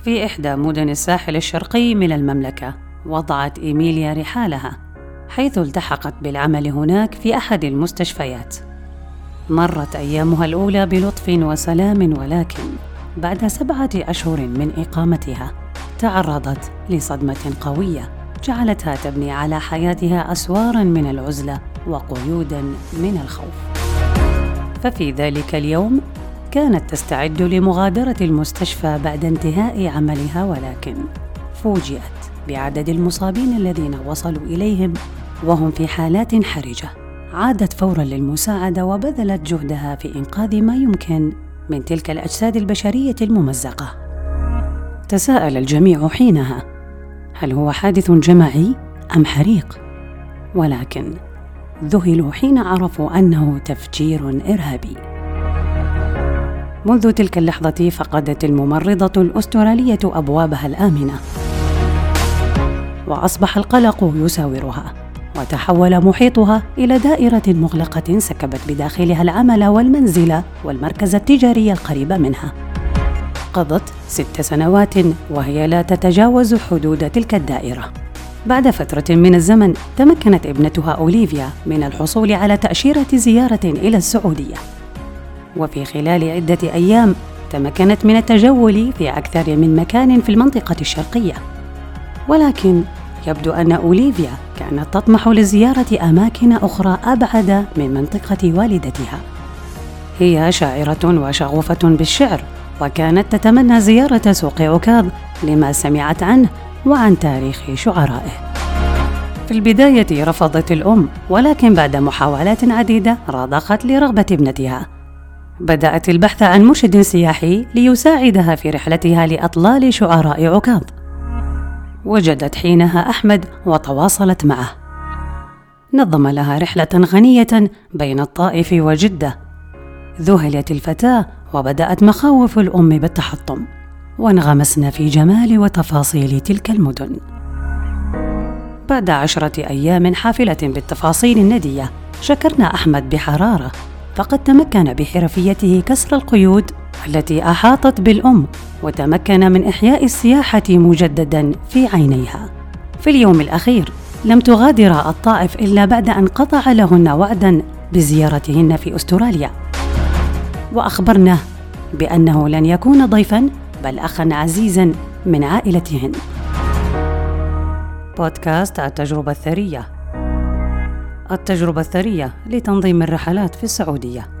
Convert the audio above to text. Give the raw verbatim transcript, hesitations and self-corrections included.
في إحدى مدن الساحل الشرقي من المملكة، وضعت إيميليا رحالها، حيث التحقت بالعمل هناك في أحد المستشفيات. مرت أيامها الأولى بلطف وسلام، ولكن بعد سبعة أشهر من إقامتها تعرضت لصدمة قوية جعلتها تبني على حياتها أسواراً من العزلة وقيوداً من الخوف. ففي ذلك اليوم كانت تستعد لمغادرة المستشفى بعد انتهاء عملها، ولكن فوجئت بعدد المصابين الذين وصلوا إليهم وهم في حالات حرجة. عادت فوراً للمساعدة وبذلت جهدها في إنقاذ ما يمكن من تلك الأجساد البشرية الممزقة. تساءل الجميع حينها: هل هو حادث جماعي أم حريق؟ ولكن ذهلوا حين عرفوا أنه تفجير إرهابي. منذ تلك اللحظة فقدت الممرضة الأسترالية أبوابها الآمنة، وأصبح القلق يساورها، وتحول محيطها إلى دائرة مغلقة سكبت بداخلها العمل والمنزل والمركز التجاري القريب منها. قضت ست سنوات وهي لا تتجاوز حدود تلك الدائرة. بعد فترة من الزمن تمكنت ابنتها أوليفيا من الحصول على تأشيرة زيارة إلى السعودية، وفي خلال عدة أيام تمكنت من التجول في أكثر من مكان في المنطقة الشرقية. ولكن يبدو أن أوليفيا كانت تطمح لزيارة أماكن أخرى أبعد من منطقة والدتها. هي شاعرة وشغوفة بالشعر، وكانت تتمنى زيارة سوق عكاظ لما سمعت عنه وعن تاريخ شعرائه. في البداية رفضت الأم، ولكن بعد محاولات عديدة رضخت لرغبة ابنتها. بدأت البحث عن مرشد سياحي ليساعدها في رحلتها لأطلال شعراء عكاظ. وجدت حينها أحمد وتواصلت معه. نظم لها رحلة غنية بين الطائف وجدة. ذهلت الفتاة وبدأت مخاوف الأم بالتحطم، وانغمسنا في جمال وتفاصيل تلك المدن. بعد عشرة أيام حافلة بالتفاصيل الندية شكرنا أحمد بحرارة، فقد تمكن بحرفيته كسر القيود التي أحاطت بالأم، وتمكن من إحياء السياحة مجدداً في عينيها. في اليوم الأخير لم تغادر الطائف إلا بعد أن قطع لهن وعداً بزيارتهن في أستراليا، وأخبرناه بأنه لن يكون ضيفاً بل أخاً عزيزاً من عائلتهن. بودكاست التجربة الثرية، التجربة الثرية لتنظيم الرحلات في السعودية.